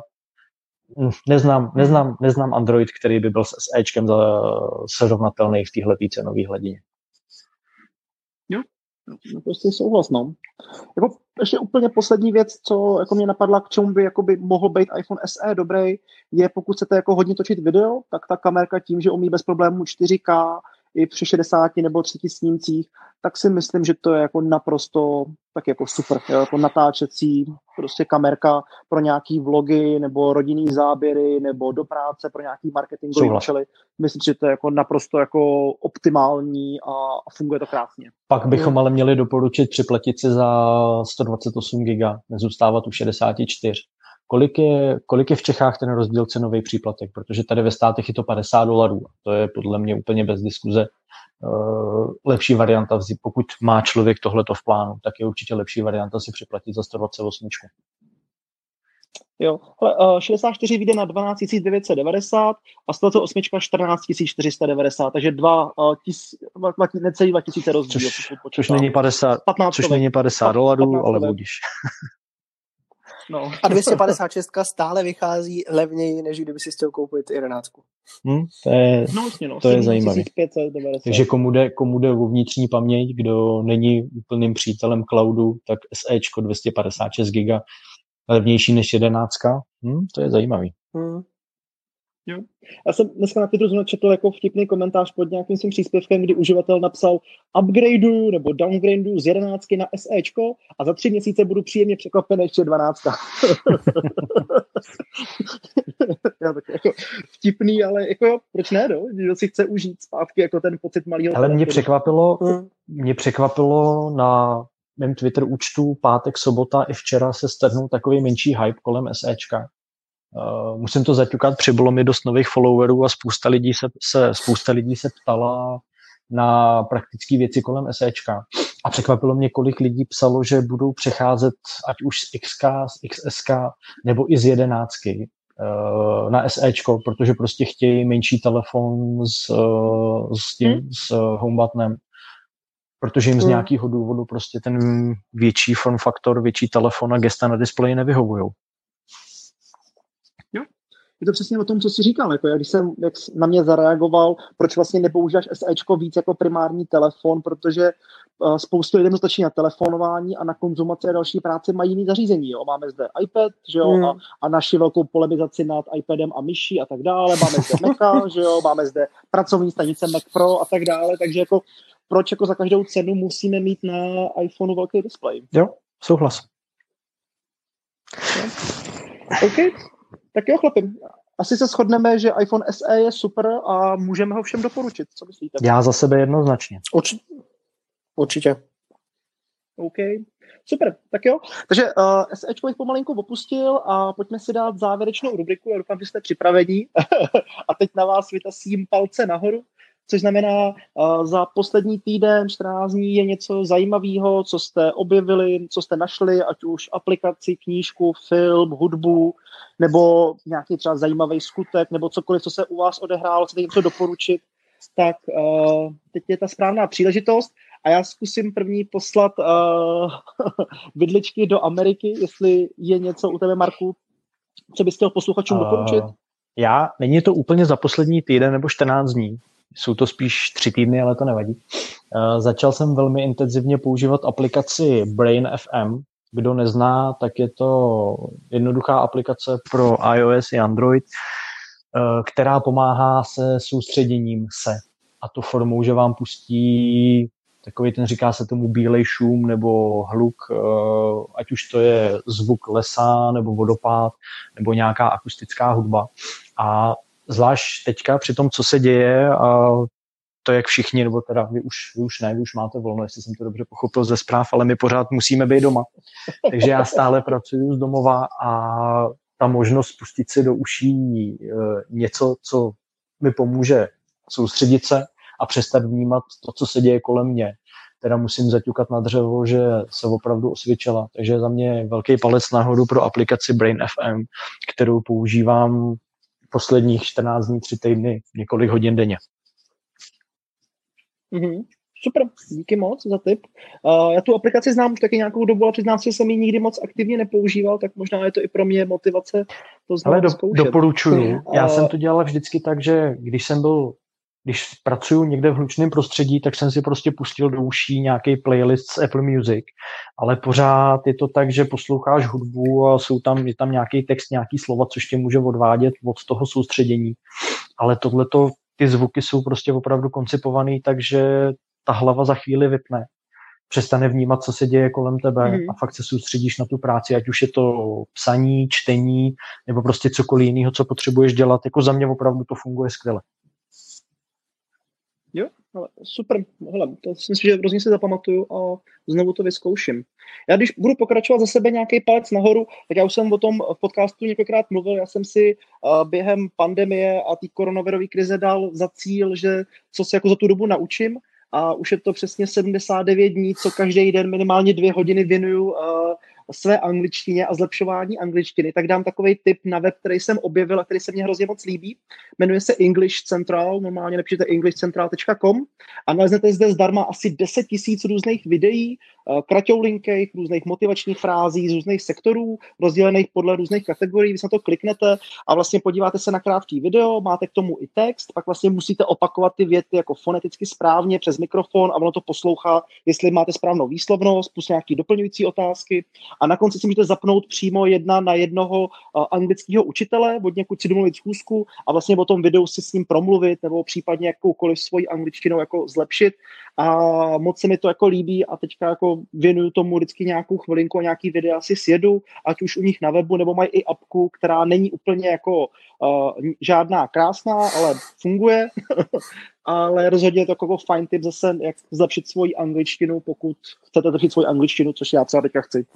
Neznám Android, který by byl s SEčkem srovnatelný v téhletý cenové hladině. Jo, prostě souhlas, no. Jako ještě úplně poslední věc, co jako mě napadla, k čemu by jakoby mohl být iPhone SE dobrý, je pokud chcete jako hodně točit video, tak ta kamerka tím, že umí bez problémů 4K i při 60 nebo 30 snímcích, tak si myslím, že to je jako naprosto tak jako super, jo, jako natáčecí prostě kamerka pro nějaký vlogy nebo rodinný záběry nebo do práce pro nějaký marketingový účely. Myslím, že to je jako naprosto jako optimální a funguje to krásně. Pak bychom ale měli doporučit připlatit si za 128 GB, nezůstávat u 64. Kolik je v Čechách ten rozdíl cenový příplatek? Protože tady ve státech je to $50. To je podle mě úplně bez diskuze lepší varianta. Pokud má člověk tohleto v plánu, tak je určitě lepší varianta si připlatit za 128. Jo, ale 64 vyjde na 12 990 a 128 14 490, takže necelý 2000 rozdíl. Což není $50, ale budíš. No. A 256 stále vychází levněji, než kdyby si chtěl koupit 11. To je zajímavé. Takže komu jde o vnitřní paměť, kdo není úplným přítelem cloudu, tak SEčko 256 GB levnější než 11. To je zajímavý. Jo. Já jsem dneska na Twitteru četl jako vtipný komentář pod nějakým svým příspěvkem, kdy uživatel napsal upgradeu nebo downgradeu z 11 na SEčko a za 3 měsíce budu příjemně překvapen ještě 12. Já tak jako vtipný, ale jako jo, proč ne, no? Kdo si chce užít zpátky jako ten pocit malýho. Ale mě překvapilo na mém Twitter účtu pátek, sobota i včera se strhnul takový menší hype kolem SEčka. Musím to zaťukat, přibylo mi dost nových followerů a spousta lidí se ptala na praktické věci kolem SEčka. A překvapilo mě, kolik lidí psalo, že budou přecházet ať už z XK, z XSK nebo i z 11 na SEčko, protože prostě chtějí menší telefon s home buttonem. Protože jim z nějakého důvodu prostě ten větší form faktor, větší telefon a gesta na displeji nevyhovujou. Je to přesně o tom, co jsi říkal, jako jak na mě zareagoval, proč vlastně nepoužíváš SEčko víc jako primární telefon, protože spoustu lidem stačí na telefonování a na konzumaci a další práce mají jiný zařízení. Jo. Máme zde iPad, že jo, a naši velkou polemizaci nad iPadem a myší a tak dále, máme zde Maca, že jo, máme zde pracovní stanice Mac Pro a tak dále, takže jako proč jako za každou cenu musíme mít na iPhoneu velký displej? Jo, souhlas. OK. Tak jo, chlapi, asi se shodneme, že iPhone SE je super a můžeme ho všem doporučit. Co myslíte? Já za sebe jednoznačně. Určitě. OK, super, tak jo. Takže SEčko jich pomalinku opustil a pojďme si dát závěrečnou rubriku. Já doufám, že jste připravení. A teď na vás vytasím palce nahoru, což znamená, za poslední týden, 14 dní je něco zajímavého, co jste objevili, co jste našli, ať už aplikaci, knížku, film, hudbu, nebo nějaký třeba zajímavý skutek, nebo cokoliv, co se u vás odehrálo, chcete něco doporučit, tak teď je ta správná příležitost a já zkusím první poslat vidličky do Ameriky, jestli je něco u tebe, Marku, co bys chtěl posluchačům doporučit? Není to úplně za poslední týden nebo 14 dní. Jsou to spíš 3 týdny, ale to nevadí. Začal jsem velmi intenzivně používat aplikaci Brain FM. Kdo nezná, tak je to jednoduchá aplikace pro iOS i Android, která pomáhá se soustředěním se. A to formou, že vám pustí takový ten, říká se tomu bílej šum nebo hluk, ať už to je zvuk lesa nebo vodopád nebo nějaká akustická hudba. A zvlášť teďka při tom, co se děje, a to jak všichni, nebo teda vy už máte volno, jestli jsem to dobře pochopil ze zpráv, ale my pořád musíme být doma. Takže já stále pracuji z domova a ta možnost pustit si do uší něco, co mi pomůže soustředit se a přestat vnímat to, co se děje kolem mě. Teda musím zaťukat na dřevo, že se opravdu osvědčila. Takže za mě velký palec nahoru pro aplikaci Brain FM, kterou používám posledních 14 dní, 3 týdny, několik hodin denně. Super, díky moc za tip. Já tu aplikaci znám už taky nějakou dobu, ale přiznám si, že jsem ji nikdy moc aktivně nepoužíval, tak možná je to i pro mě motivace to znovu zkoušet. Doporučuju. Já jsem to dělal vždycky tak, že když pracuju někde v hlučném prostředí, tak jsem si prostě pustil do uší nějaký playlist z Apple Music, ale pořád je to tak, že posloucháš hudbu a je tam nějaký text, nějaký slova, což tě může odvádět od toho soustředění. Ale ty zvuky jsou prostě opravdu koncipovaný, takže ta hlava za chvíli vypne. Přestane vnímat, co se děje kolem tebe a fakt se soustředíš na tu práci, ať už je to psaní, čtení, nebo prostě cokoliv jiného, co potřebuješ dělat. Jako za mě opravdu to funguje skvěle. Jo, ale super. Hele, to si myslím, že hrozně si zapamatuju a znovu to vyzkouším. Já když budu pokračovat za sebe nějaký palec nahoru, tak já už jsem o tom v podcastu několikrát mluvil, já jsem si během pandemie a té koronavirové krize dal za cíl, že co se jako za tu dobu naučím, a už je to přesně 79 dní, co každý den minimálně 2 hodiny věnuju své angličtině a zlepšování angličtiny, tak dám takovej tip na web, který jsem objevil a který se mně hrozně moc líbí. Jmenuje se English Central, normálně napíšete englishcentral.com a naleznete zde zdarma asi 10 000 různých videí, kraťoulinkých, různých motivačních frází z různých sektorů, rozdělených podle různých kategorií. Vy se na to kliknete a vlastně podíváte se na krátký video, máte k tomu i text, pak vlastně musíte opakovat ty věty jako foneticky správně přes mikrofon a ono to poslouchá, jestli máte správnou výslovnost, plus nějaké doplňující otázky. A na konci si můžete zapnout přímo 1 na 1 anglického učitele, od někud si domluvit schůzku a vlastně o tom videu si s ním promluvit nebo případně jakoukoliv svoji angličtinou jako zlepšit. A moc se mi to jako líbí a teďka jako věnuju tomu vždycky nějakou chvilinku a nějaký videa si sjedu, ať už u nich na webu, nebo mají i apku, která není úplně jako žádná krásná, ale funguje. Ale rozhodně je to jako fajn tip zase, jak zlepšit svoji angličtinu, pokud chcete zlepšit svoji angličtinu, což já třeba teďka chci.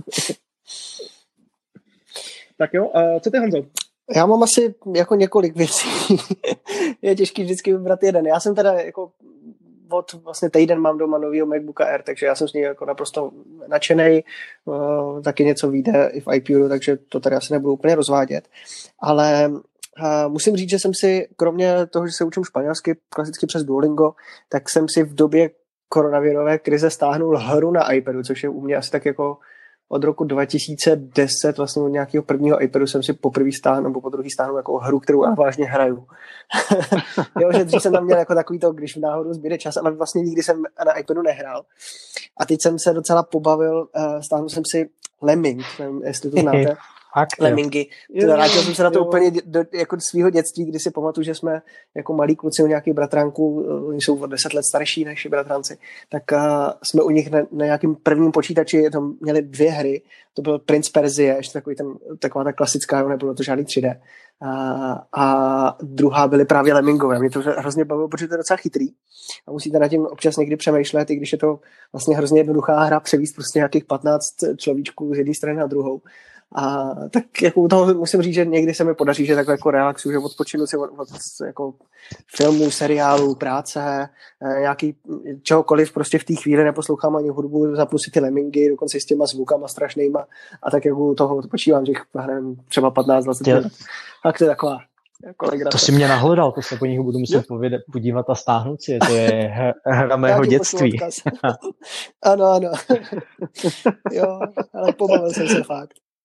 Tak jo, co ty, Honzo? Já mám asi jako několik věcí. Je těžký vždycky vybrat jeden. Já jsem teda jako od vlastně týden mám doma novýho MacBooka Air, takže já jsem s ní jako naprosto nadšenej. Taky něco vyjde i v iPadu, takže to tady asi nebudu úplně rozvádět. Ale musím říct, že jsem si, kromě toho, že se učím španělsky klasicky přes Duolingo, tak jsem si v době koronavirové krize stáhnul hru na iPadu, což je u mě asi tak jako od roku 2010, vlastně od nějakého prvního iPadu jsem si poprvé stáhnul, nebo po druhý stáhnul jako hru, kterou já vážně hraju. Jo, že dřív jsem tam měl jako takový to, když v náhodou zbyde čas, ale vlastně nikdy jsem na iPadu nehrál. A teď jsem se docela pobavil, stáhnul jsem si Lemming, nevím, jestli to znáte. Lemmingy. Vrátil jsem se na to úplně jako do svého dětství, kdy si pamatuju, že jsme jako malí kluci u nějakých bratranků, oni jsou o 10 let starší než bratránci, tak jsme u nich na nějakým prvním počítači tam měli 2 hry. To byl Prince Persie, ještě taková ta klasická, nebylo to žádný 3D. A druhá byly právě Lemmingové. Mě to hrozně bavilo, protože to je docela chytrý. A musíte nad tím občas někdy přemýšlet, i když je to vlastně hrozně jednoduchá hra, převíst prostě nějakých 15 človíčků z jedné strany na druhou. A tak jako u toho musím říct, že někdy se mi podaří, že takhle jako relaxuju, že odpočinu si od jako filmů, seriálů, práce, nějaký čehokoliv, prostě v té chvíli neposlouchám ani hudbu, zapnu si ty Lemmingy, dokonce s těma zvukama strašnýma a tak jako u toho odpočívám, že třeba 15-20 minut. Tak to je taková jako legrace. To si mě nahledal, to se po nich budu muset podívat a stáhnout si, to je hra mého dětství. Ano. Jo, ale pobavil jsem se fakt.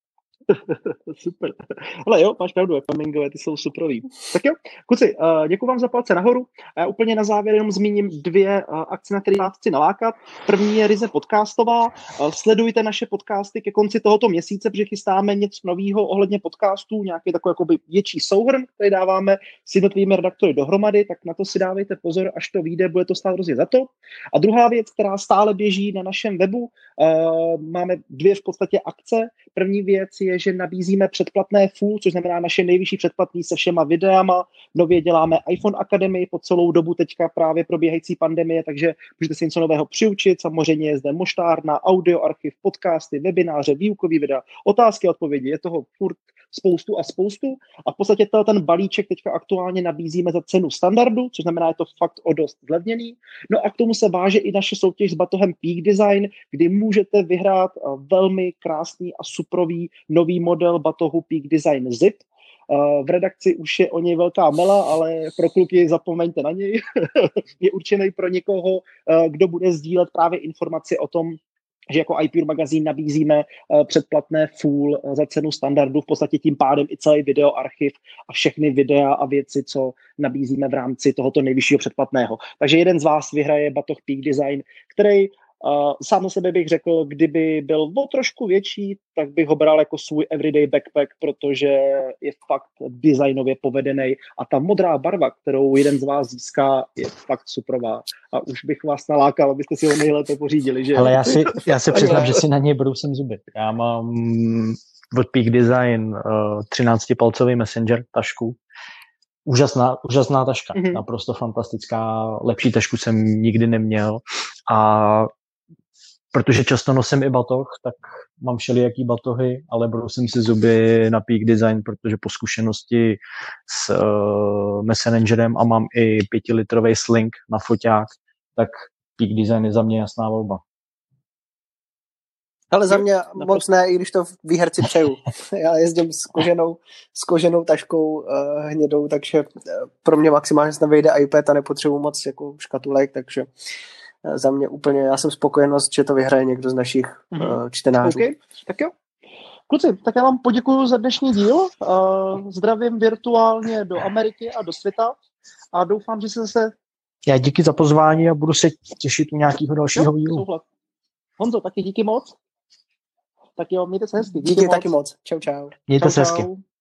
Super. Ale jo, máš pravdu, Flamingové, ty jsou superový. Tak jo, kluci, děkuji vám za palce nahoru. A já úplně na závěr jenom zmíním 2 akce, na které vás chci nalákat. První je ryze podcastová. Sledujte naše podcasty ke konci tohoto měsíce, protože chystáme něco nového ohledně podcastů, nějaký takový jakoby větší souhrn, který dáváme s jednotlivými redaktory dohromady, tak na to si dávejte pozor, až to vyjde, bude to stát hrozně za to. A druhá věc, která stále běží na našem webu, máme 2 v podstatě akce. První věc je, že nabízíme předplatné full, což znamená naše nejvyšší předplatný se všema videama. Nově děláme iPhone Academy po celou dobu teďka právě probíhající pandemie, takže můžete si něco nového přiučit. Samozřejmě je zde moštárna, audio archiv, podcasty, webináře, výukový videa, otázky a odpovědi. Je toho furt spoustu a spoustu. A v podstatě ten balíček teďka aktuálně nabízíme za cenu standardu, což znamená, je to fakt o dost zlevněný. No a k tomu se váže i naše soutěž s batohem Peak Design, kdy můžete vyhrát velmi krásný a suprový nový model batohu Peak Design Zip. V redakci už je o něj velká mela, ale pro kluky zapomeňte na něj. Je určený pro někoho, kdo bude sdílet právě informaci o tom, že jako iPure magazín nabízíme předplatné full za cenu standardu, v podstatě tím pádem i celý videoarchiv a všechny videa a věci, co nabízíme v rámci tohoto nejvyššího předplatného. Takže jeden z vás vyhraje batoh Peak Design, který sám na sebe bych řekl, kdyby byl o trošku větší, tak bych ho bral jako svůj everyday backpack, protože je fakt designově povedený a ta modrá barva, kterou jeden z vás získá, je fakt superová. A už bych vás nalákal, abyste si ho nejlépe pořídili, že? Ale já si přiznám, že si na něj brousím zuby. Já mám od Peak Design 13-palcový Messenger tašku. Úžasná taška, naprosto fantastická. Lepší tašku jsem nikdy neměl a protože často nosím i batoh, tak mám všelijaký batohy, ale brousím si zuby na Peak Design, protože po zkušenosti s Messengerem a mám i 5-litrový sling na foťák, tak Peak Design je za mě jasná volba. Ale za mě moc ne, i když to výherci přeju. Já jezdím s koženou taškou hnědou, takže pro mě maximálně se vyjde iPad a nepotřebuji moc jako škatulek, takže za mě úplně, já jsem spokojenost, že to vyhraje někdo z našich čtenářů. Okay. Tak jo. Kluci, tak já vám poděkuju za dnešní díl. Zdravím virtuálně do Ameriky a do světa a doufám, že se zase... Já díky za pozvání a budu se těšit u nějakého dalšího dílu. Souhlas. Honzo, taky díky moc. Tak jo, mějte se hezky. Díky taky moc. Čau. Mějte se hezky.